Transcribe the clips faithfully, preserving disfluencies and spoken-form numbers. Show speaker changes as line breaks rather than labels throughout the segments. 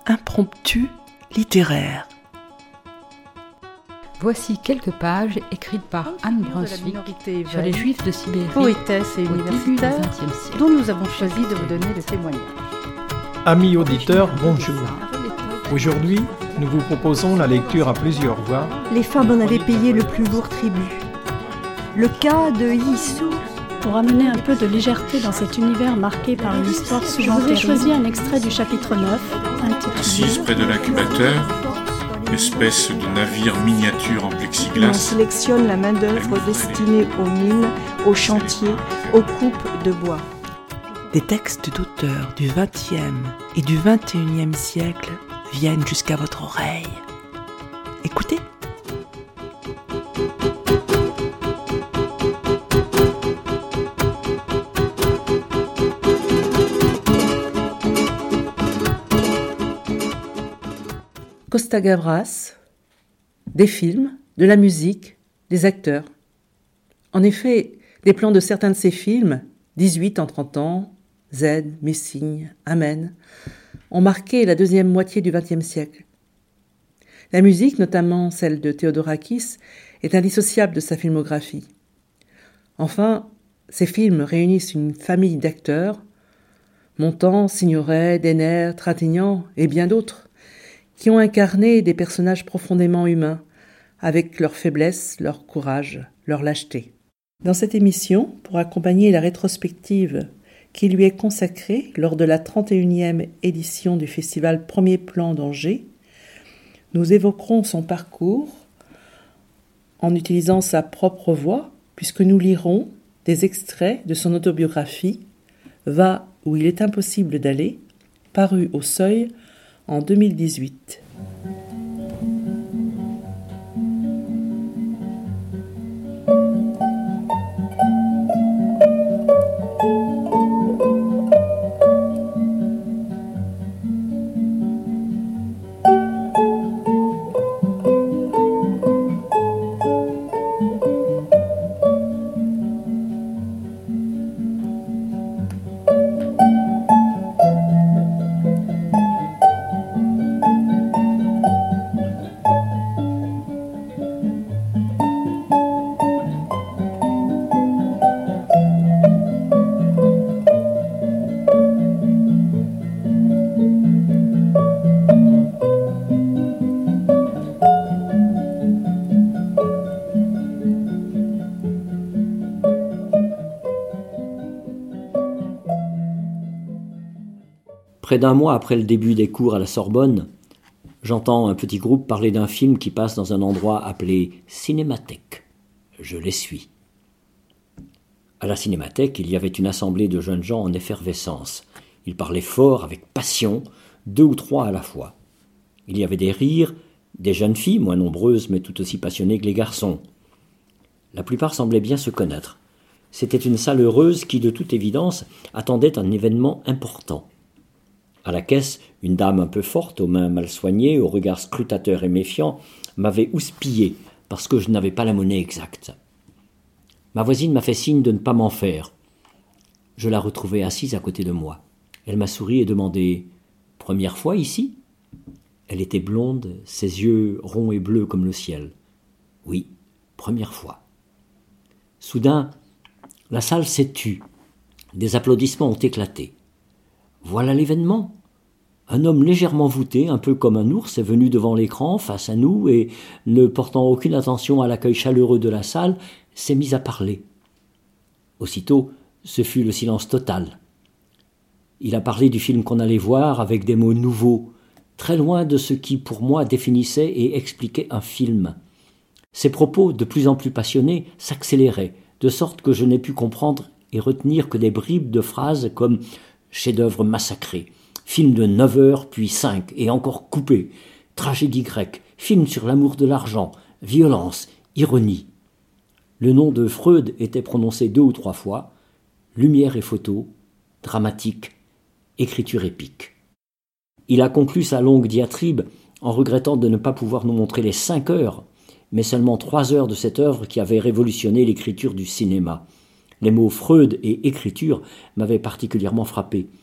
impromptu littéraire.
Voici quelques pages écrites par Anne Brunswick sur les Juifs de Sibérie,
poétesse et universitaire, dont nous avons choisi de vous donner le témoignage.
Amis auditeurs, bonjour. Aujourd'hui, nous vous proposons la lecture à plusieurs voix.
Les femmes en avaient payé le plus lourd tribut. Le cas de Yissou.
Pour amener un peu de légèreté dans cet univers marqué par une histoire souvent terrible, j'ai choisi un extrait du chapitre neuf, intitulé
Assise près de l'incubateur, espèce de navire miniature en plexiglas.
On sélectionne la main-d'œuvre destinée aux mines, aux chantiers, aux coupes de bois.
Des textes d'auteurs du vingtième et du vingt et unième siècle viennent jusqu'à votre oreille. Écoutez. Costa Gavras, des films, de la musique, des acteurs. En effet, des plans de certains de ces films, dix-huit en trente ans, Z, Messing, Amen, ont marqué la deuxième moitié du vingtième siècle. La musique, notamment celle de Theodorakis, est indissociable de sa filmographie. Enfin, ces films réunissent une famille d'acteurs, Montand, Signoret, Denner, Trintignant et bien d'autres, qui ont incarné des personnages profondément humains, avec leur faiblesse, leur courage, leur lâcheté. Dans cette émission, pour accompagner la rétrospective qui lui est consacrée lors de la trente et unième édition du festival Premier Plan d'Angers, nous évoquerons son parcours en utilisant sa propre voix, puisque nous lirons des extraits de son autobiographie « Va où il est impossible d'aller », paru au Seuil en deux mille dix-huit.
Près d'un mois après le début des cours à la Sorbonne, j'entends un petit groupe parler d'un film qui passe dans un endroit appelé Cinémathèque. Je les suis. À la Cinémathèque, il y avait une assemblée de jeunes gens en effervescence. Ils parlaient fort, avec passion, deux ou trois à la fois. Il y avait des rires, des jeunes filles, moins nombreuses mais tout aussi passionnées que les garçons. La plupart semblaient bien se connaître. C'était une salle heureuse qui, de toute évidence, attendait un événement important. À la caisse, une dame un peu forte, aux mains mal soignées, au regard scrutateur et méfiant, m'avait houspillé parce que je n'avais pas la monnaie exacte. Ma voisine m'a fait signe de ne pas m'en faire. Je la retrouvai assise à côté de moi. Elle m'a souri et demandé « Première fois ici ?» Elle était blonde, ses yeux ronds et bleus comme le ciel. Oui, première fois. Soudain, la salle s'est tue. Des applaudissements ont éclaté. Voilà l'événement. Un homme légèrement voûté, un peu comme un ours, est venu devant l'écran, face à nous, et, ne portant aucune attention à l'accueil chaleureux de la salle, s'est mis à parler. Aussitôt, ce fut le silence total. Il a parlé du film qu'on allait voir avec des mots nouveaux, très loin de ce qui, pour moi, définissait et expliquait un film. Ses propos, de plus en plus passionnés, s'accéléraient, de sorte que je n'ai pu comprendre et retenir que des bribes de phrases comme « chef-d'œuvre massacré », film de neuf heures puis cinq et encore coupé, tragédie grecque, film sur l'amour de l'argent, violence, ironie. Le nom de Freud était prononcé deux ou trois fois, lumière et photo, dramatique, écriture épique. Il a conclu sa longue diatribe en regrettant de ne pas pouvoir nous montrer les cinq heures, mais seulement trois heures de cette œuvre qui avait révolutionné l'écriture du cinéma. Les mots Freud et écriture m'avaient particulièrement frappé.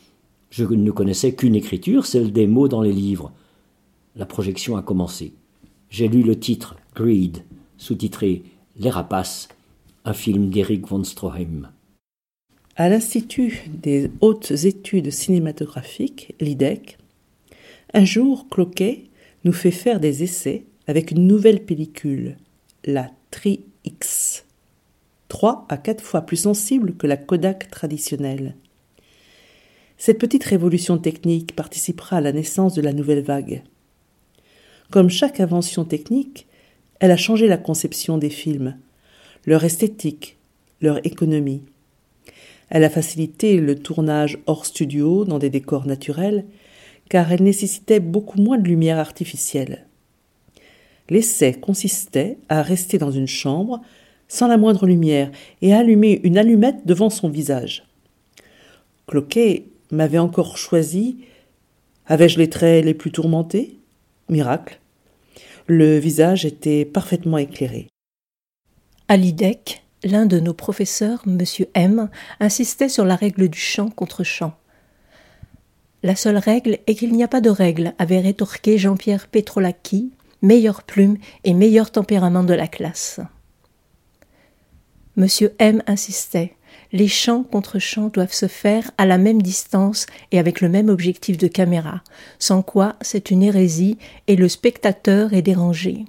Je ne connaissais qu'une écriture, celle des mots dans les livres. La projection a commencé. J'ai lu le titre « Greed », sous-titré « Les rapaces », un film d'Eric von Stroheim.
À l'Institut des hautes études cinématographiques, l'I D E C, un jour, Cloquet nous fait faire des essais avec une nouvelle pellicule, la Tri-X, trois à quatre fois plus sensible que la Kodak traditionnelle. Cette petite révolution technique participera à la naissance de la nouvelle vague. Comme chaque invention technique, elle a changé la conception des films, leur esthétique, leur économie. Elle a facilité le tournage hors studio dans des décors naturels, car elle nécessitait beaucoup moins de lumière artificielle. L'essai consistait à rester dans une chambre, sans la moindre lumière, et à allumer une allumette devant son visage. Cloquet m'avait encore choisi. Avais-je les traits les plus tourmentés ? Miracle. Le visage était parfaitement éclairé.
À l'I D E C, l'un de nos professeurs, M. M, insistait sur la règle du champ contre champ. La seule règle est qu'il n'y a pas de règle, avait rétorqué Jean-Pierre Petrolacchi, meilleure plume et meilleur tempérament de la classe. M. M insistait. Les champs contre champs doivent se faire à la même distance et avec le même objectif de caméra, sans quoi c'est une hérésie et le spectateur est dérangé.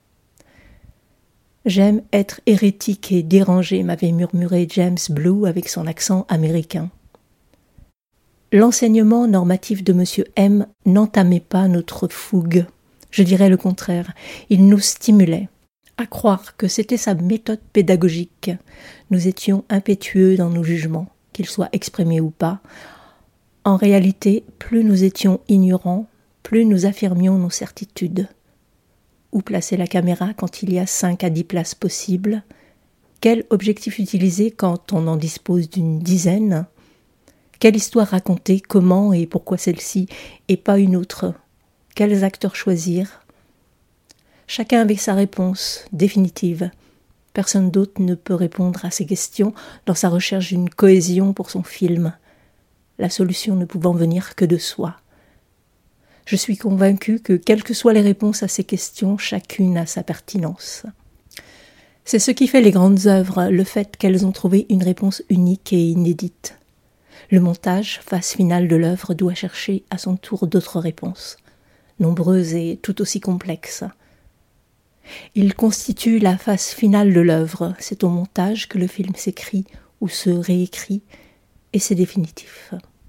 « J'aime être hérétique et dérangé », m'avait murmuré James Blue avec son accent américain. L'enseignement normatif de M. M n'entamait pas notre fougue. Je dirais le contraire, il nous stimulait. À croire que c'était sa méthode pédagogique. Nous étions impétueux dans nos jugements, qu'ils soient exprimés ou pas. En réalité, plus nous étions ignorants, plus nous affirmions nos certitudes. Où placer la caméra quand il y a cinq à dix places possibles ? Quel objectif utiliser quand on en dispose d'une dizaine ? Quelle histoire raconter, comment et pourquoi celle-ci et pas une autre ? Quels acteurs choisir ? Chacun avait sa réponse définitive. Personne d'autre ne peut répondre à ces questions dans sa recherche d'une cohésion pour son film, la solution ne pouvant venir que de soi. Je suis convaincue que, quelles que soient les réponses à ces questions, chacune a sa pertinence. C'est ce qui fait les grandes œuvres, le fait qu'elles ont trouvé une réponse unique et inédite. Le montage, phase finale de l'œuvre, doit chercher à son tour d'autres réponses, nombreuses et tout aussi complexes. Il constitue la phase finale de l'œuvre, c'est au montage que le film s'écrit ou se réécrit, et c'est définitif.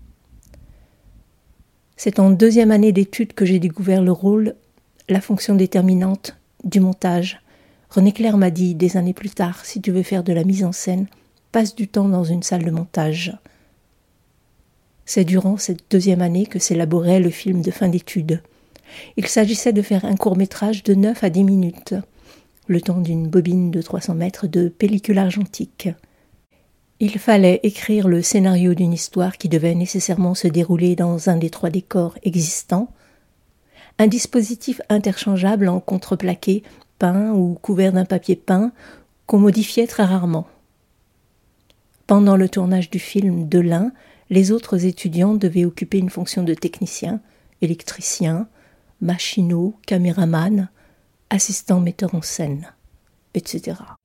C'est en deuxième année d'études que j'ai découvert le rôle, la fonction déterminante du montage. René Clair m'a dit des années plus tard, si tu veux faire de la mise en scène, passe du temps dans une salle de montage. C'est durant cette deuxième année que s'élaborait le film de fin d'études. Il s'agissait de faire un court-métrage de neuf à dix minutes, le temps d'une bobine de trois cents mètres de pellicule argentique. Il fallait écrire le scénario d'une histoire qui devait nécessairement se dérouler dans un des trois décors existants, un dispositif interchangeable en contreplaqué, peint ou couvert d'un papier peint, qu'on modifiait très rarement. Pendant le tournage du film de l'un, les autres étudiants devaient occuper une fonction de technicien, électricien, machinot, caméraman, assistant metteur en scène, et cetera.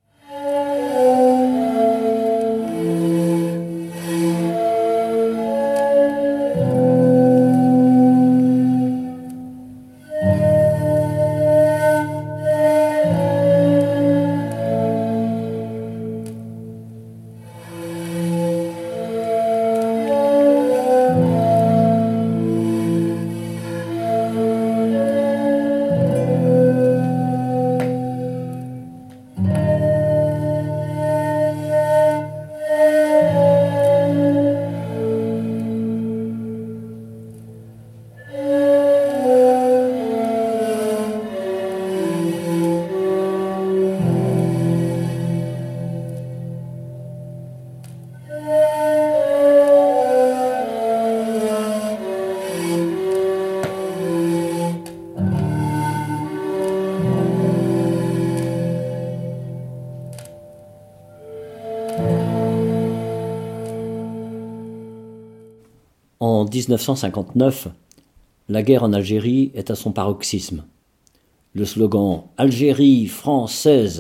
dix-neuf cent cinquante-neuf, la guerre en Algérie est à son paroxysme. Le slogan « Algérie française »,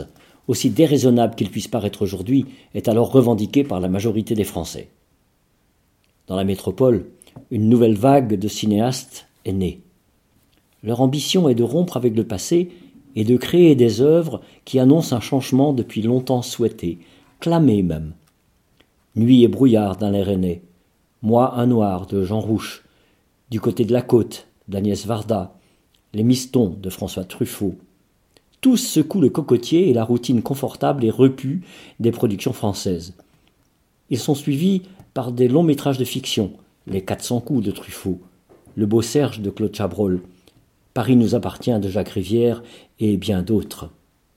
aussi déraisonnable qu'il puisse paraître aujourd'hui, est alors revendiqué par la majorité des Français. Dans la métropole, une nouvelle vague de cinéastes est née. Leur ambition est de rompre avec le passé et de créer des œuvres qui annoncent un changement depuis longtemps souhaité, clamé même. Nuit et brouillard d'Alain Resnais, Moi un noir de Jean Rouch, Du côté de la côte d'Agnès Varda, Les Mistons de François Truffaut. Tous secouent le cocotier et la routine confortable et repue des productions françaises. Ils sont suivis par des longs métrages de fiction, Les quatre cents coups de Truffaut, Le beau Serge de Claude Chabrol, Paris nous appartient de Jacques Rivière et bien d'autres.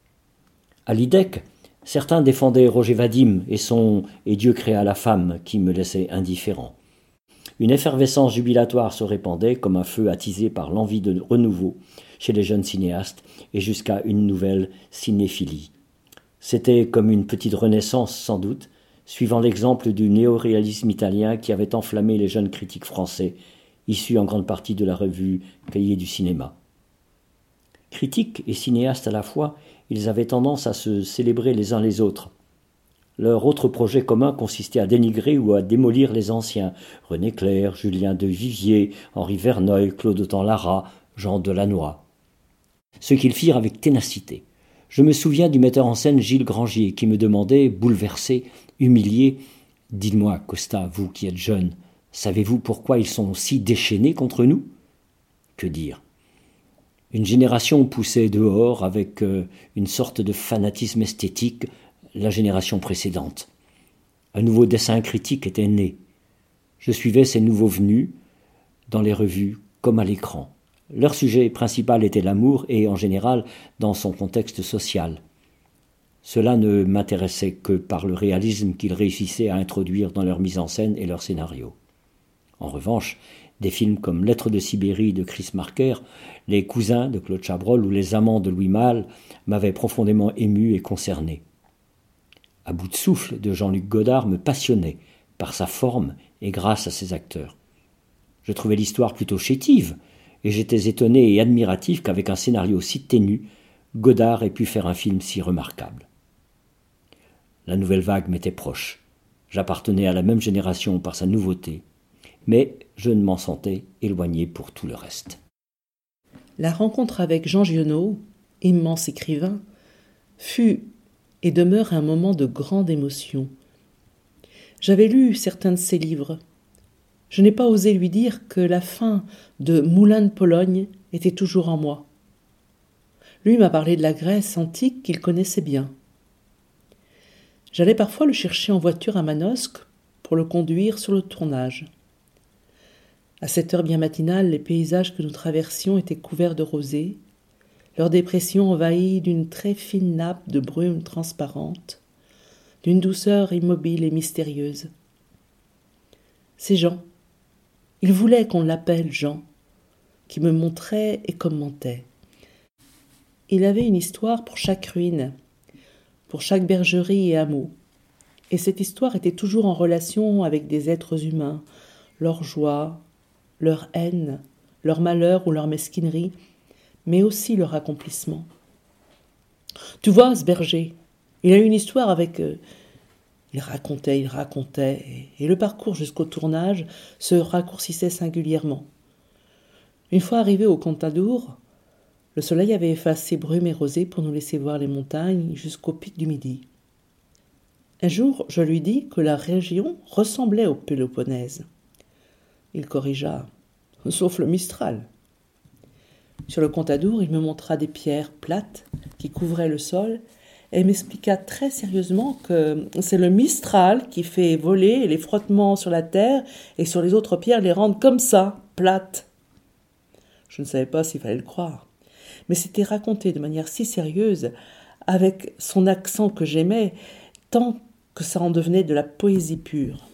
À l'I D E C, certains défendaient Roger Vadim et son « Et Dieu créa la femme » qui me laissait indifférent. Une effervescence jubilatoire se répandait comme un feu attisé par l'envie de renouveau chez les jeunes cinéastes et jusqu'à une nouvelle cinéphilie. C'était comme une petite renaissance sans doute, suivant l'exemple du néoréalisme italien qui avait enflammé les jeunes critiques français, issus en grande partie de la revue Cahiers du cinéma. Critiques et cinéastes à la fois, ils avaient tendance à se célébrer les uns les autres. Leur autre projet commun consistait à dénigrer ou à démolir les anciens, René Clair, Julien de Vivier, Henri Verneuil, Claude Autant-Lara, Jean Delannoy. Ce qu'ils firent avec ténacité. Je me souviens du metteur en scène Gilles Grangier qui me demandait, bouleversé, humilié, « Dites-moi, Costa, vous qui êtes jeune, savez-vous pourquoi ils sont si déchaînés contre nous ?» Que dire ? Une génération poussait dehors avec euh, une sorte de fanatisme esthétique la génération précédente. Un nouveau dessin critique était né. Je suivais ces nouveaux venus dans les revues comme à l'écran. Leur sujet principal était l'amour et, en général, dans son contexte social. Cela ne m'intéressait que par le réalisme qu'ils réussissaient à introduire dans leur mise en scène et leur scénario. En revanche, des films comme Lettres de Sibérie de Chris Marker, Les Cousins de Claude Chabrol ou Les Amants de Louis Malle m'avaient profondément ému et concerné. À bout de souffle de Jean-Luc Godard me passionnait par sa forme et grâce à ses acteurs. Je trouvais l'histoire plutôt chétive et j'étais étonné et admiratif qu'avec un scénario si ténu, Godard ait pu faire un film si remarquable. La nouvelle vague m'était proche. J'appartenais à la même génération par sa nouveauté, mais je ne m'en sentais éloigné pour tout le reste.
La rencontre avec Jean Giono, immense écrivain, fut et demeure un moment de grande émotion. J'avais lu certains de ses livres. Je n'ai pas osé lui dire que la fin de Moulin de Pologne était toujours en moi. Lui m'a parlé de la Grèce antique qu'il connaissait bien. J'allais parfois le chercher en voiture à Manosque pour le conduire sur le tournage. À cette heure bien matinale, les paysages que nous traversions étaient couverts de rosée, leur dépression envahie d'une très fine nappe de brume transparente, d'une douceur immobile et mystérieuse. C'est Jean. Il voulait qu'on l'appelle Jean, qui me montrait et commentait. Il avait une histoire pour chaque ruine, pour chaque bergerie et hameau, et cette histoire était toujours en relation avec des êtres humains, leur joie, leur haine, leur malheur ou leur mesquinerie, mais aussi leur accomplissement. Tu vois, ce berger, il a eu une histoire avec... Euh, il racontait, il racontait, et, et le parcours jusqu'au tournage se raccourcissait singulièrement. Une fois arrivé au Contadour, le soleil avait effacé brume et rosée pour nous laisser voir les montagnes jusqu'au pic du Midi. Un jour, je lui dis que la région ressemblait au Péloponnèse. Il corrigea, sauf le Mistral. Sur le Contadour, il me montra des pierres plates qui couvraient le sol et m'expliqua très sérieusement que c'est le Mistral qui fait voler les frottements sur la terre et sur les autres pierres les rendent comme ça, plates. Je ne savais pas s'il fallait le croire, mais c'était raconté de manière si sérieuse, avec son accent que j'aimais, tant que ça en devenait de la poésie pure.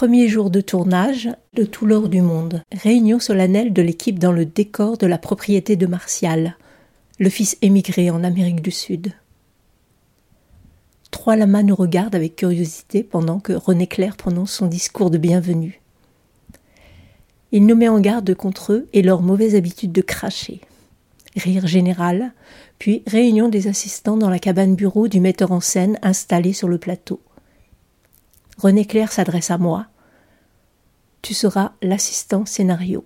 Premier jour de tournage de Tout l'or du monde. Réunion solennelle de l'équipe dans le décor de la propriété de Martial, le fils émigré en Amérique du Sud. Trois lamas nous regardent avec curiosité pendant que René Clair prononce son discours de bienvenue. Il nous met en garde contre eux et leur mauvaise habitude de cracher. Rire général, puis réunion des assistants dans la cabane bureau du metteur en scène installé sur le plateau. René Clair s'adresse à moi. Tu seras l'assistant scénario.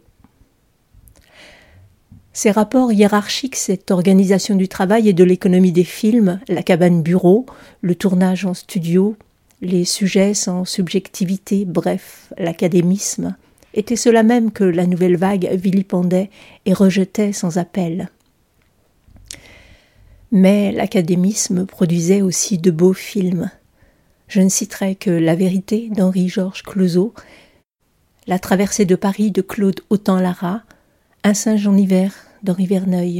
Ces rapports hiérarchiques, cette organisation du travail et de l'économie des films, la cabane bureau, le tournage en studio, les sujets sans subjectivité, bref, l'académisme, étaient ceux-là même que la nouvelle vague vilipendait et rejetait sans appel. Mais l'académisme produisait aussi de beaux films. Je ne citerai que La vérité d'Henri-Georges Clouzot, La traversée de Paris de Claude Autant-Lara, Un singe en hiver d'Henri Verneuil.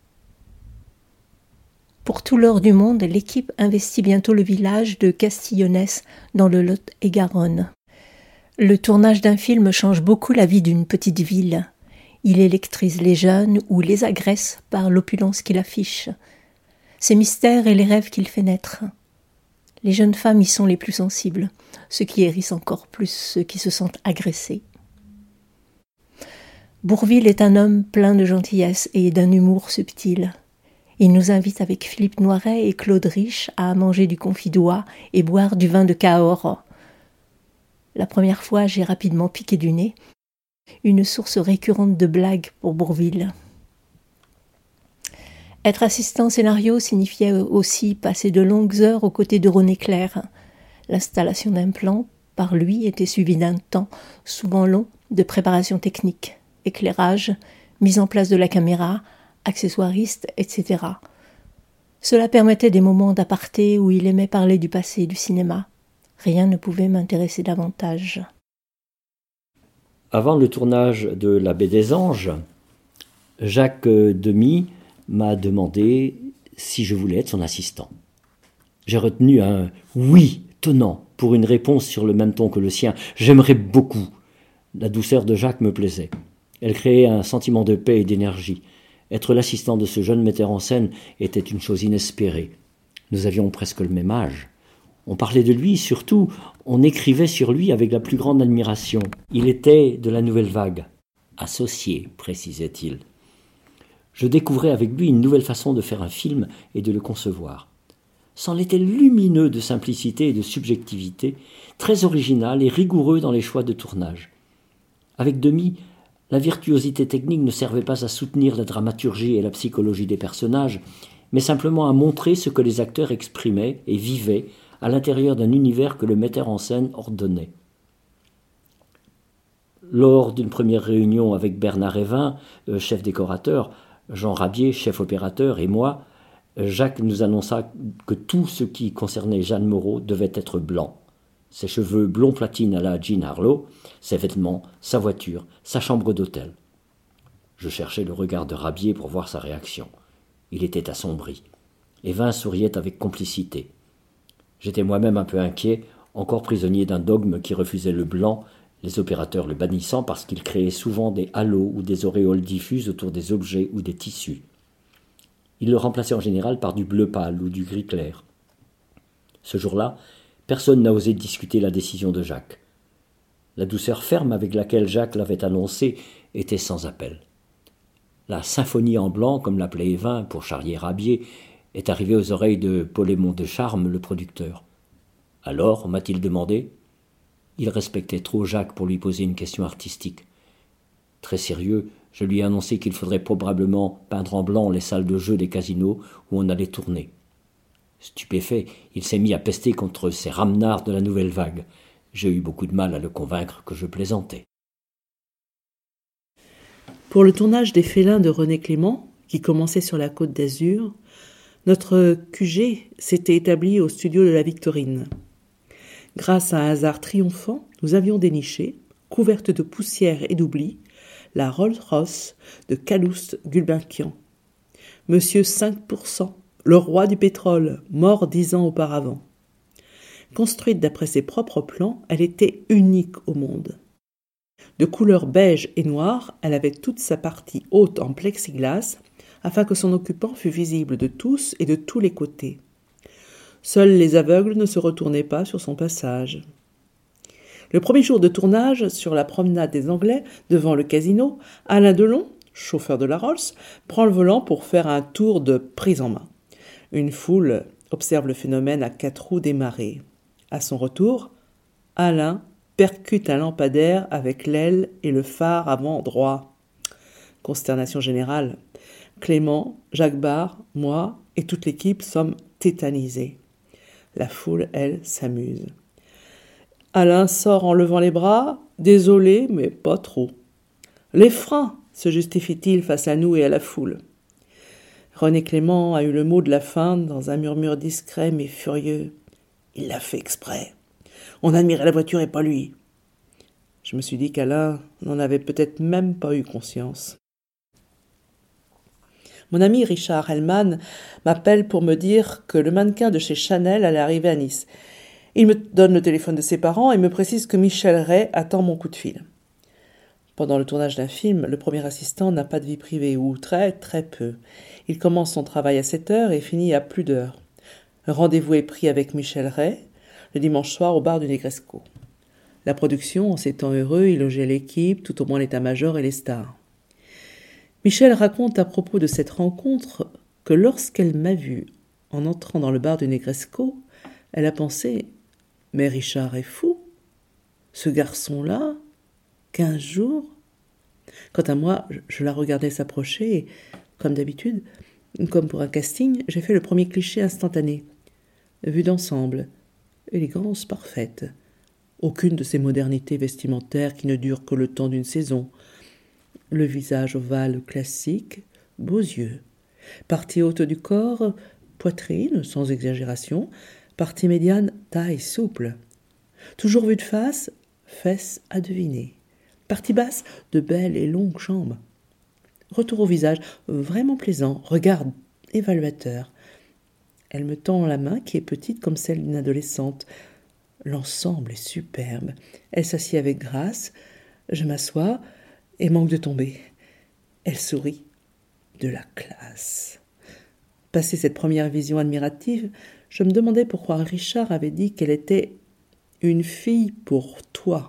Pour Tout l'or du monde, l'équipe investit bientôt le village de Castillonnès dans le Lot-et-Garonne. Le tournage d'un film change beaucoup la vie d'une petite ville. Il électrise les jeunes ou les agresse par l'opulence qu'il affiche, ses mystères et les rêves qu'il fait naître. Les jeunes femmes y sont les plus sensibles, ce qui hérisse encore plus ceux qui se sentent agressés. Bourvil est un homme plein de gentillesse et d'un humour subtil. Il nous invite avec Philippe Noiret et Claude Rich à manger du confit d'oie et boire du vin de Cahors. La première fois, j'ai rapidement piqué du nez, une source récurrente de blagues pour Bourvil. Être assistant scénario signifiait aussi passer de longues heures aux côtés de René Clair. L'installation d'un plan, par lui, était suivie d'un temps, souvent long, de préparation technique, éclairage, mise en place de la caméra, accessoiriste, et cetera. Cela permettait des moments d'aparté où il aimait parler du passé et du cinéma. Rien ne pouvait m'intéresser davantage.
Avant le tournage de La Baie des Anges, Jacques Demy m'a demandé si je voulais être son assistant. J'ai retenu un « oui » tonnant pour une réponse sur le même ton que le sien. J'aimerais beaucoup. La douceur de Jacques me plaisait. Elle créait un sentiment de paix et d'énergie. Être l'assistant de ce jeune metteur en scène était une chose inespérée. Nous avions presque le même âge. On parlait de lui, surtout, on écrivait sur lui avec la plus grande admiration. Il était de la nouvelle vague. Associé, précisait-il. Je découvrais avec lui une nouvelle façon de faire un film et de le concevoir. C'en était lumineux de simplicité et de subjectivité, très original et rigoureux dans les choix de tournage. Avec Demy, la virtuosité technique ne servait pas à soutenir la dramaturgie et la psychologie des personnages, mais simplement à montrer ce que les acteurs exprimaient et vivaient à l'intérieur d'un univers que le metteur en scène ordonnait. Lors d'une première réunion avec Bernard Évin, euh, chef décorateur, Jean Rabier, chef opérateur, et moi, Jacques nous annonça que tout ce qui concernait Jeanne Moreau devait être blanc. Ses cheveux blond platine à la Jean Harlow, ses vêtements, sa voiture, sa chambre d'hôtel. Je cherchais le regard de Rabier pour voir sa réaction. Il était assombri. Évin souriait avec complicité. J'étais moi-même un peu inquiet, encore prisonnier d'un dogme qui refusait le blanc, les opérateurs le bannissant parce qu'il créait souvent des halos ou des auréoles diffuses autour des objets ou des tissus. Il le remplaçait en général par du bleu pâle ou du gris clair. Ce jour-là, personne n'a osé discuter la décision de Jacques. La douceur ferme avec laquelle Jacques l'avait annoncé était sans appel. La symphonie en blanc, comme l'appelait Évin pour charrier Rabier, est arrivée aux oreilles de Paul-Aimon de Charme, le producteur. Alors, m'a-t-il demandé. Il respectait trop Jacques pour lui poser une question artistique. Très sérieux, je lui ai annoncé qu'il faudrait probablement peindre en blanc les salles de jeu des casinos où on allait tourner. Stupéfait, il s'est mis à pester contre ces ramenards de la nouvelle vague. J'ai eu beaucoup de mal à le convaincre que je plaisantais.
Pour le tournage des Félins de René Clément, qui commençait sur la Côte d'Azur, notre Q G s'était établi au studio de la Victorine. Grâce à un hasard triomphant, nous avions déniché, couverte de poussière et d'oubli, la Rolls-Royce de Calouste Gulbenkian. Monsieur cinq pour cent, le roi du pétrole, mort dix ans auparavant. Construite d'après ses propres plans, elle était unique au monde. De couleur beige et noire, elle avait toute sa partie haute en plexiglas, afin que son occupant fût visible de tous et de tous les côtés. Seuls les aveugles ne se retournaient pas sur son passage. Le premier jour de tournage, sur la promenade des Anglais, devant le casino, Alain Delon, chauffeur de la Rolls, prend le volant pour faire un tour de prise en main. Une foule observe le phénomène à quatre roues démarrer. À son retour, Alain percute un lampadaire avec l'aile et le phare avant droit. Consternation générale. Clément, Jacques Barre, moi et toute l'équipe sommes tétanisés. La foule, elle, s'amuse. Alain sort en levant les bras, désolé, mais pas trop. Les freins, se justifie-t-il face à nous et à la foule. René Clément a eu le mot de la fin dans un murmure discret mais furieux. Il l'a fait exprès. On admirait la voiture et pas lui. Je me suis dit qu'Alain n'en avait peut-être même pas eu conscience. Mon ami Richard Hellman m'appelle pour me dire que le mannequin de chez Chanel allait arriver à Nice. Il me donne le téléphone de ses parents et me précise que Michel Ray attend mon coup de fil. Pendant le tournage d'un film, le premier assistant n'a pas de vie privée, ou très très peu. Il commence son travail à sept heures et finit à plus d'heures. Un rendez-vous est pris avec Michel Ray le dimanche soir au bar du Negresco. La production, en ces temps heureux, y logeait l'équipe, tout au moins l'état-major et les stars. Michel raconte à propos de cette rencontre que lorsqu'elle m'a vu en entrant dans le bar du Negresco, elle a pensé « Mais Richard est fou. Ce garçon-là, quinze jours ?» Quant à moi, je la regardais s'approcher et, comme d'habitude, comme pour un casting, j'ai fait le premier cliché instantané. Vue d'ensemble, élégance parfaite. Aucune de ces modernités vestimentaires qui ne durent que le temps d'une saison. Le visage ovale classique, beaux yeux. Partie haute du corps, poitrine, sans exagération. Partie médiane, taille souple. Toujours vue de face, fesses à deviner. Partie basse, de belles et longues jambes. Retour au visage, vraiment plaisant, regard évaluateur. Elle me tend la main qui est petite comme celle d'une adolescente. L'ensemble est superbe. Elle s'assied avec grâce. Je m'assois et manque de tomber. Elle sourit. De la classe. Passé cette première vision admirative, je me demandais pourquoi Richard avait dit qu'elle était une fille pour toi.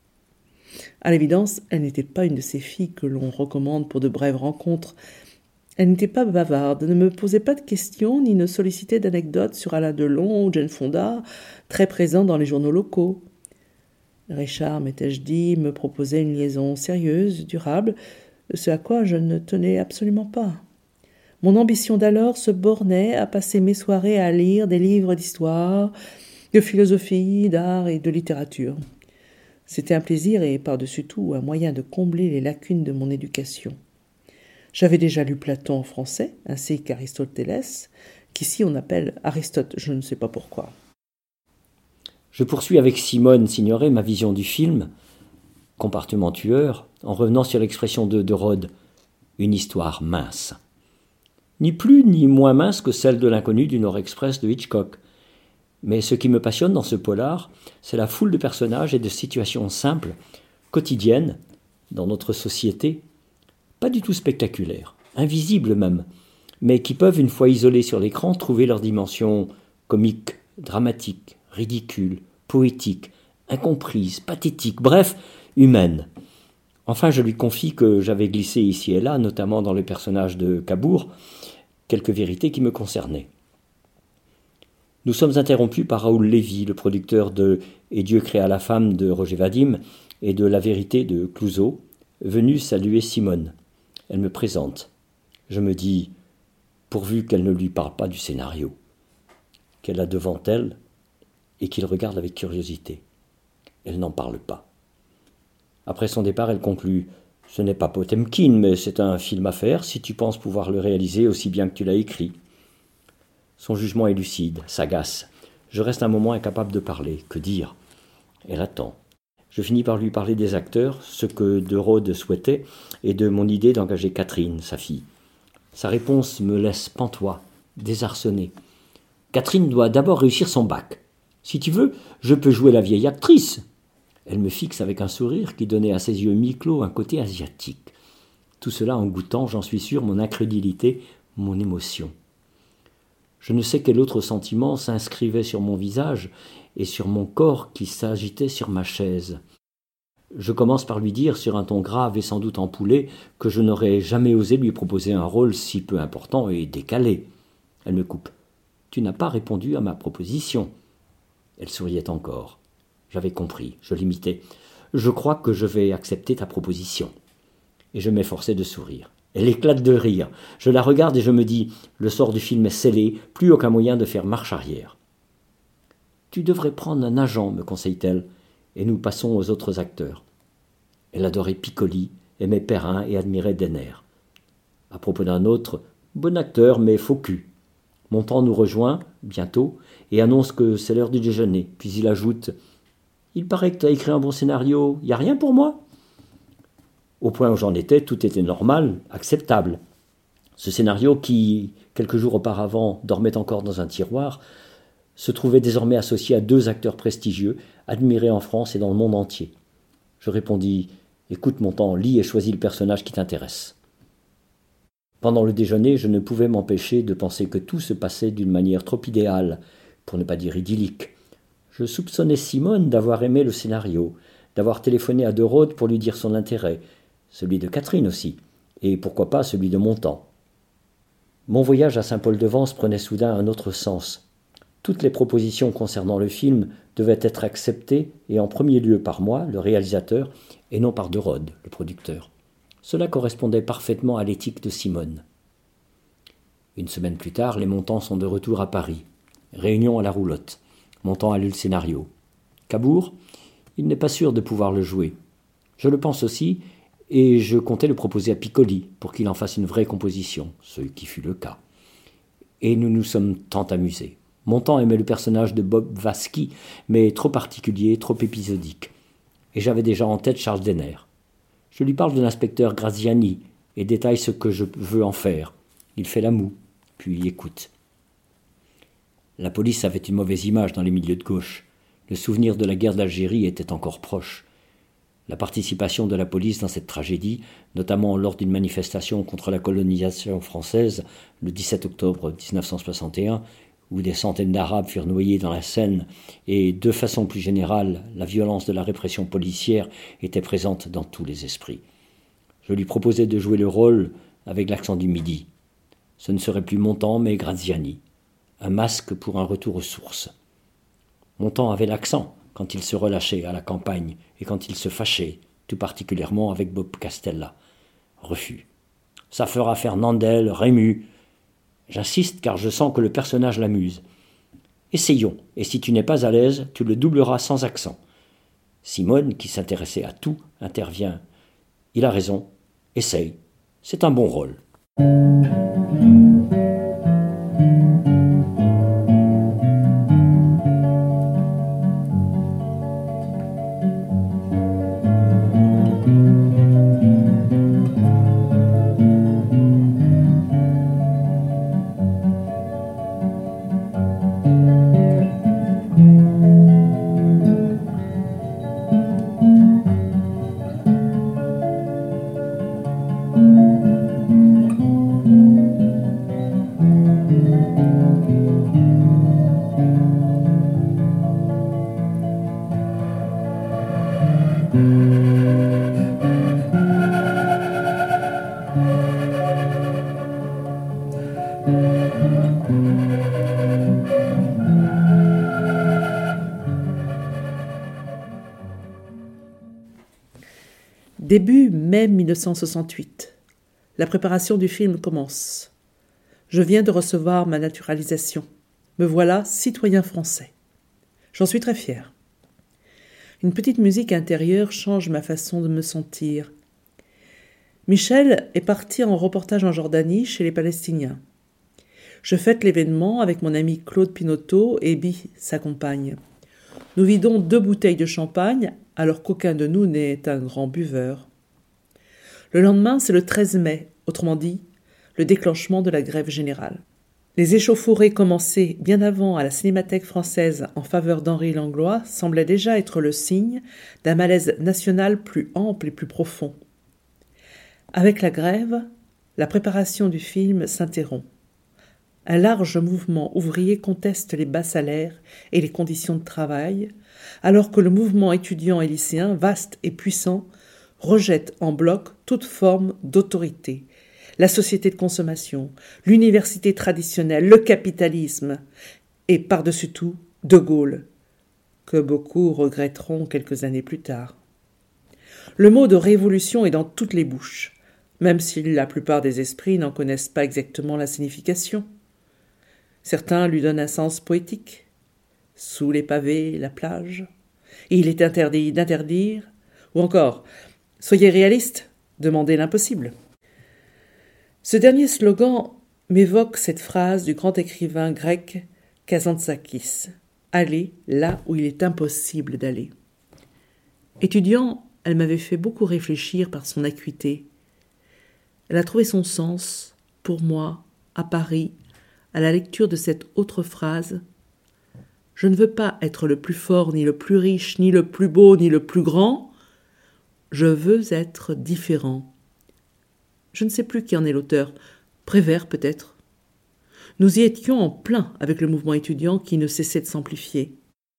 À l'évidence, elle n'était pas une de ces filles que l'on recommande pour de brèves rencontres. Elle n'était pas bavarde, ne me posait pas de questions, ni ne sollicitait d'anecdotes sur Alain Delon ou Jane Fonda, très présents dans les journaux locaux. Richard, m'étais-je dit, me proposait une liaison sérieuse, durable, ce à quoi je ne tenais absolument pas. Mon ambition d'alors se bornait à passer mes soirées à lire des livres d'histoire, de philosophie, d'art et de littérature. C'était un plaisir et, par-dessus tout, un moyen de combler les lacunes de mon éducation. J'avais déjà lu Platon en français, ainsi qu'Aristoteles, qu'ici on appelle Aristote, je ne sais pas pourquoi.
Je poursuis avec Simone Signoret ma vision du film, Compartiment tueur, en revenant sur l'expression de, de Rode, une histoire mince. Ni plus ni moins mince que celle de L'inconnu du Nord Express de Hitchcock. Mais ce qui me passionne dans ce polar, c'est la foule de personnages et de situations simples, quotidiennes, dans notre société, pas du tout spectaculaires, invisibles même, mais qui peuvent, une fois isolés sur l'écran, trouver leur dimension comique, dramatique, ridicule, poétique, incomprise, pathétique, bref, humaine. Enfin, je lui confie que j'avais glissé ici et là, notamment dans le personnage de Cabourg, quelques vérités qui me concernaient. Nous sommes interrompus par Raoul Lévy, le producteur de « Et Dieu créa la femme » de Roger Vadim et de La vérité de Clouzot, venu saluer Simone. Elle me présente. Je me dis, pourvu qu'elle ne lui parle pas du scénario, qu'elle a devant elle et qu'il regarde avec curiosité. Elle n'en parle pas. Après son départ, elle conclut, ce n'est pas Potemkin, mais c'est un film à faire si tu penses pouvoir le réaliser aussi bien que tu l'as écrit. Son jugement est lucide, sagace. Je reste un moment incapable de parler. Que dire ? Elle attend. Je finis par lui parler des acteurs, ce que de Rode souhaitait, et de mon idée d'engager Catherine, sa fille. Sa réponse me laisse pantois, désarçonné. Catherine doit d'abord réussir son bac. Si tu veux, je peux jouer la vieille actrice. » Elle me fixe avec un sourire qui donnait à ses yeux mi-clos un côté asiatique. Tout cela en goûtant, j'en suis sûr, mon incrédulité, mon émotion. Je ne sais quel autre sentiment s'inscrivait sur mon visage et sur mon corps qui s'agitait sur ma chaise. Je commence par lui dire, sur un ton grave et sans doute empoulé, que je n'aurais jamais osé lui proposer un rôle si peu important et décalé. Elle me coupe. « Tu n'as pas répondu à ma proposition. » Elle souriait encore. J'avais compris, je l'imitais. « Je crois que je vais accepter ta proposition. » Et je m'efforçais de sourire. Elle éclate de rire. Je la regarde et je me dis « Le sort du film est scellé, plus aucun moyen de faire marche arrière. » « Tu devrais prendre un agent, me conseille-t-elle, et nous passons aux autres acteurs. » Elle adorait Piccoli, aimait Perrin et admirait Denner. À propos d'un autre, bon acteur mais faux cul. Montand nous rejoint, bientôt, et annonce que c'est l'heure du déjeuner. Puis il ajoute « Il paraît que tu as écrit un bon scénario, y a rien pour moi ?» Au point où j'en étais, tout était normal, acceptable. Ce scénario qui, quelques jours auparavant, dormait encore dans un tiroir, se trouvait désormais associé à deux acteurs prestigieux, admirés en France et dans le monde entier. Je répondis « Écoute, Montand, lis et choisis le personnage qui t'intéresse. » Pendant le déjeuner, je ne pouvais m'empêcher de penser que tout se passait d'une manière trop idéale, pour ne pas dire idyllique. Je soupçonnais Simone d'avoir aimé le scénario, d'avoir téléphoné à De Rode pour lui dire son intérêt, celui de Catherine aussi, et pourquoi pas celui de Montand. Mon voyage à Saint-Paul-de-Vence prenait soudain un autre sens. Toutes les propositions concernant le film devaient être acceptées, et en premier lieu par moi, le réalisateur, et non par De Rode, le producteur. Cela correspondait parfaitement à l'éthique de Simone. Une semaine plus tard, les Montand sont de retour à Paris. Réunion à la roulotte. Montand a lu le scénario. Cabourg, il n'est pas sûr de pouvoir le jouer. Je le pense aussi, et je comptais le proposer à Piccoli pour qu'il en fasse une vraie composition, ce qui fut le cas. Et nous nous sommes tant amusés. Montand aimait le personnage de Bob Vasky, mais trop particulier, trop épisodique. Et j'avais déjà en tête Charles Denner. Je lui parle de l'inspecteur Graziani et détaille ce que je veux en faire. Il fait la moue, puis écoute. La police avait une mauvaise image dans les milieux de gauche. Le souvenir de la guerre d'Algérie était encore proche. La participation de la police dans cette tragédie, notamment lors d'une manifestation contre la colonisation française le dix-sept octobre dix-neuf cent soixante et un, où des centaines d'Arabes furent noyés dans la Seine, et de façon plus générale, la violence de la répression policière était présente dans tous les esprits. Je lui proposais de jouer le rôle avec l'accent du Midi. Ce ne serait plus Montand, mais Graziani. Un masque pour un retour aux sources. Montand avait l'accent quand il se relâchait à la campagne et quand il se fâchait, tout particulièrement avec Bob Castella. Refus. Ça fera Fernandel, Rému. J'insiste car je sens que le personnage l'amuse. Essayons, et si tu n'es pas à l'aise, tu le doubleras sans accent. Simone, qui s'intéressait à tout, intervient. Il a raison, essaye, c'est un bon rôle.
Début mai mille neuf cent soixante-huit. La préparation du film commence. Je viens de recevoir ma naturalisation. Me voilà citoyen français. J'en suis très fier. Une petite musique intérieure change ma façon de me sentir. Michel est parti en reportage en Jordanie chez les Palestiniens. Je fête l'événement avec mon ami Claude Pinotto et Bi, sa compagne. Nous vidons deux bouteilles de champagne, alors qu'aucun de nous n'est un grand buveur. Le lendemain, c'est le treize mai, autrement dit, le déclenchement de la grève générale. Les échauffourées commencées bien avant à la Cinémathèque française en faveur d'Henri Langlois semblaient déjà être le signe d'un malaise national plus ample et plus profond. Avec la grève, la préparation du film s'interrompt. Un large mouvement ouvrier conteste les bas salaires et les conditions de travail, alors que le mouvement étudiant et lycéen, vaste et puissant, rejette en bloc toute forme d'autorité. La société de consommation, l'université traditionnelle, le capitalisme, et par-dessus tout, De Gaulle, que beaucoup regretteront quelques années plus tard. Le mot de révolution est dans toutes les bouches, même si la plupart des esprits n'en connaissent pas exactement la signification. Certains lui donnent un sens poétique. Sous les pavés, la plage. Et il est interdit d'interdire. Ou encore, soyez réaliste, demandez l'impossible. Ce dernier slogan m'évoque cette phrase du grand écrivain grec Kazantzakis. Aller là où il est impossible d'aller. Étudiant, elle m'avait fait beaucoup réfléchir par son acuité. Elle a trouvé son sens, pour moi, à Paris, à la lecture de cette autre phrase. Je ne veux pas être le plus fort, ni le plus riche, ni le plus beau, ni le plus grand. Je veux être différent. Je ne sais plus qui en est l'auteur, Prévert peut-être. Nous y étions en plein avec le mouvement étudiant qui ne cessait de s'amplifier.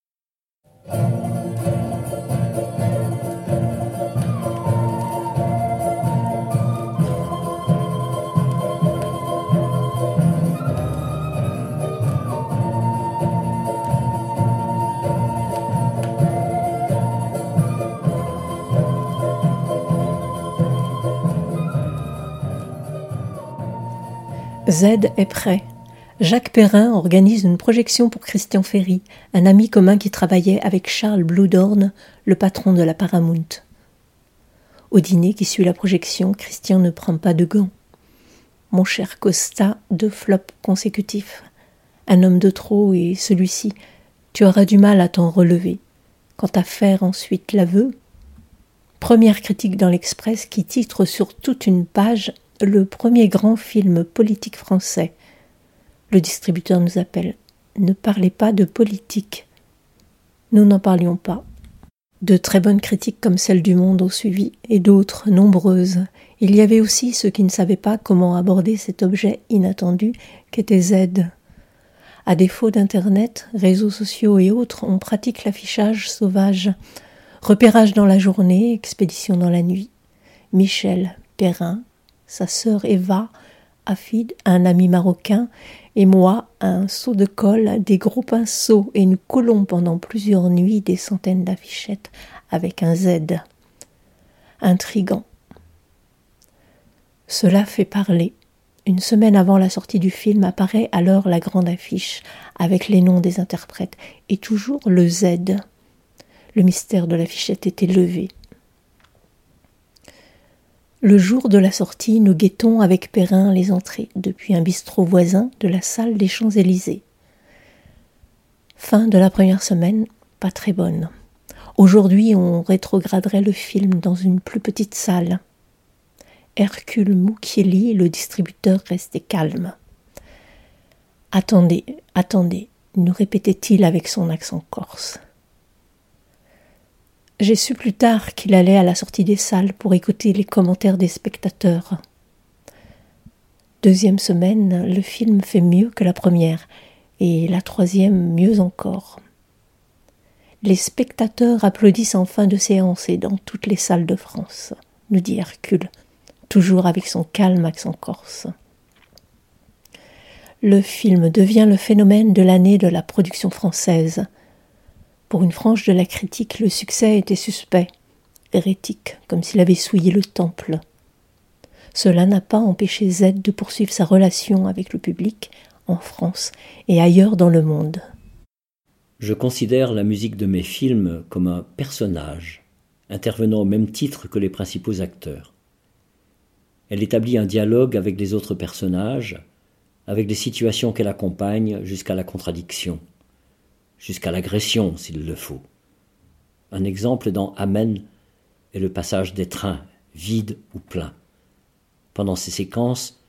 Z est prêt. Jacques Perrin organise une projection pour Christian Ferry, un ami commun qui travaillait avec Charles Bluedorn, le patron de la Paramount. Au dîner qui suit la projection, Christian ne prend pas de gants. Mon cher Costa, deux flops consécutifs. Un homme de trop et celui-ci, tu auras du mal à t'en relever. Quant à faire ensuite l'aveu. Première critique dans l'Express qui titre sur toute une page le premier grand film politique français. Le distributeur nous appelle. Ne parlez pas de politique. Nous n'en parlions pas. De très bonnes critiques comme celle du Monde ont suivi, et d'autres, nombreuses. Il y avait aussi ceux qui ne savaient pas comment aborder cet objet inattendu qu'était Z. À défaut d'Internet, réseaux sociaux et autres, on pratique l'affichage sauvage. Repérage dans la journée, expédition dans la nuit. Michel, Perrin, sa sœur Eva, Afid, un ami marocain, et moi, un seau de colle, des gros pinceaux, et nous collons pendant plusieurs nuits des centaines d'affichettes avec un Z. Intrigant. Cela fait parler. Une semaine avant la sortie du film apparaît alors la grande affiche, avec les noms des interprètes, et toujours le Z. Le mystère de l'affichette était levé. Le jour de la sortie, nous guettons avec Perrin les entrées, depuis un bistrot voisin de la salle des Champs-Élysées. Fin de la première semaine, pas très bonne. Aujourd'hui, on rétrograderait le film dans une plus petite salle. Hercule Moukieli, le distributeur, restait calme. « Attendez, attendez », nous répétait-il avec son accent corse. J'ai su plus tard qu'il allait à la sortie des salles pour écouter les commentaires des spectateurs. Deuxième semaine, le film fait mieux que la première, et la troisième mieux encore. Les spectateurs applaudissent en fin de séance et dans toutes les salles de France, nous dit Hercule, toujours avec son calme accent corse. Le film devient le phénomène de l'année de la production française. Pour une frange de la critique, le succès était suspect, hérétique, comme s'il avait souillé le temple. Cela n'a pas empêché Z de poursuivre sa relation avec le public en France et ailleurs dans le monde.
Je considère la musique de mes films comme un personnage, intervenant au même titre que les principaux acteurs. Elle établit un dialogue avec les autres personnages, avec les situations qu'elle accompagne jusqu'à la contradiction, jusqu'à l'agression s'il le faut. Un exemple dans Amen est le passage des trains, vides ou pleins. Pendant ces séquences,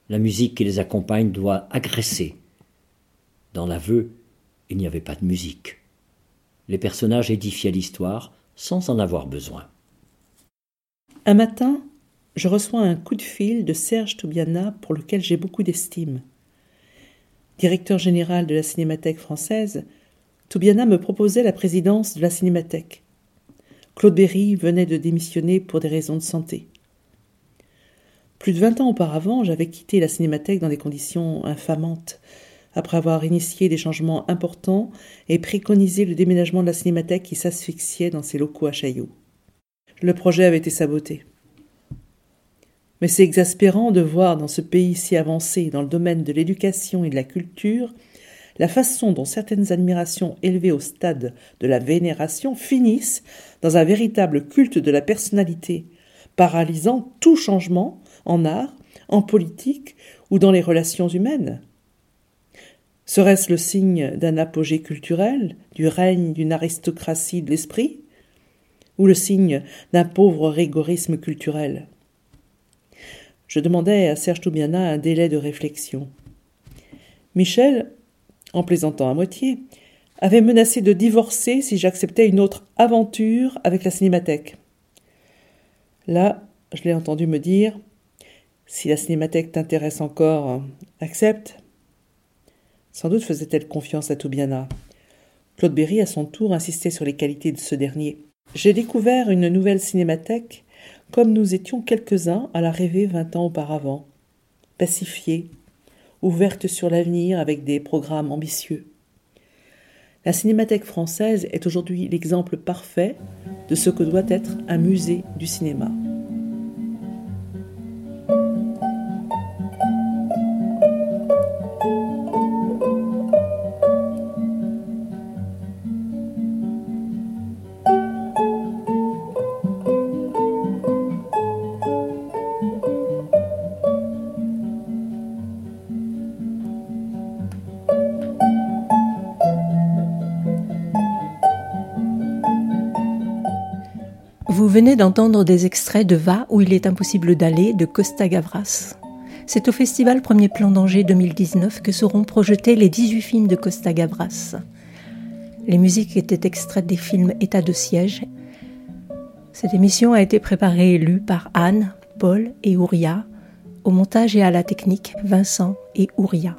La musique qui les accompagne doit agresser. Dans l'aveu, il n'y avait pas de musique. Les personnages édifiaient l'histoire sans en avoir besoin.
Un matin, je reçois un coup de fil de Serge Toubiana pour lequel j'ai beaucoup d'estime. Directeur général de la Cinémathèque française, Toubiana me proposait la présidence de la Cinémathèque. Claude Berry venait de démissionner pour des raisons de santé. Plus de vingt ans auparavant, j'avais quitté la Cinémathèque dans des conditions infamantes, après avoir initié des changements importants et préconisé le déménagement de la Cinémathèque qui s'asphyxiait dans ses locaux à Chaillot. Le projet avait été saboté. Mais c'est exaspérant de voir dans ce pays si avancé dans le domaine de l'éducation et de la culture la façon dont certaines admirations élevées au stade de la vénération finissent dans un véritable culte de la personnalité, paralysant tout changement en art, en politique ou dans les relations humaines. Serait-ce le signe d'un apogée culturel, du règne d'une aristocratie de l'esprit, ou le signe d'un pauvre rigorisme culturel ? Je demandais à Serge Toubiana un délai de réflexion. Michel, en plaisantant à moitié, avait menacé de divorcer si j'acceptais une autre aventure avec la Cinémathèque. Là, je l'ai entendu me dire « Si la Cinémathèque t'intéresse encore, accepte ». Sans doute faisait-elle confiance à Toubiana. Claude Berry, à son tour, insistait sur les qualités de ce dernier. J'ai découvert une nouvelle Cinémathèque comme nous étions quelques-uns à la rêver vingt ans auparavant, pacifiée, ouverte sur l'avenir avec des programmes ambitieux. La Cinémathèque française est aujourd'hui l'exemple parfait de ce que doit être un musée du cinéma.
Vous venez d'entendre des extraits de Va où il est impossible d'aller de Costa Gavras. C'est au festival Premier Plan d'Angers deux mille dix-neuf que seront projetés les dix-huit films de Costa Gavras. Les musiques étaient extraites des films État de siège. Cette émission a été préparée et lue par Anne, Paul et Ouria. Au montage et à la technique, Vincent et Ouria.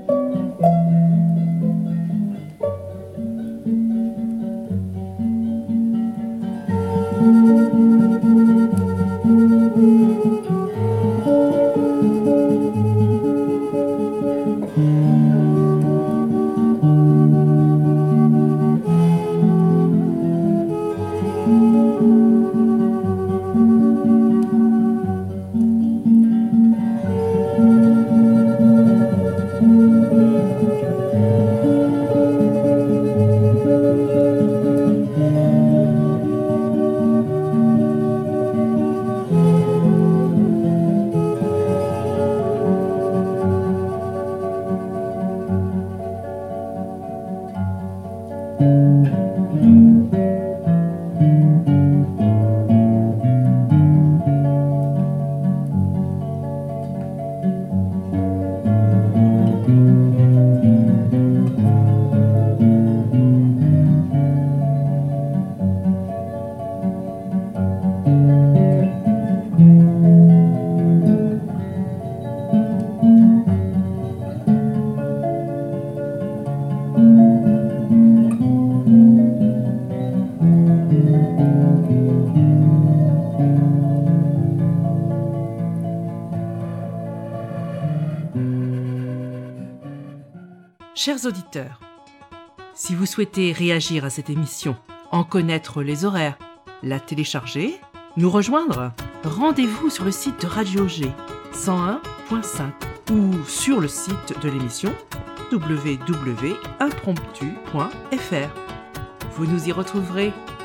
Chers auditeurs, si vous souhaitez réagir à cette émission, en connaître les horaires, la télécharger, nous rejoindre, rendez-vous sur le site de Radio G cent un point cinq ou sur le site de l'émission w w w point impromptu point f r. Vous nous y retrouverez.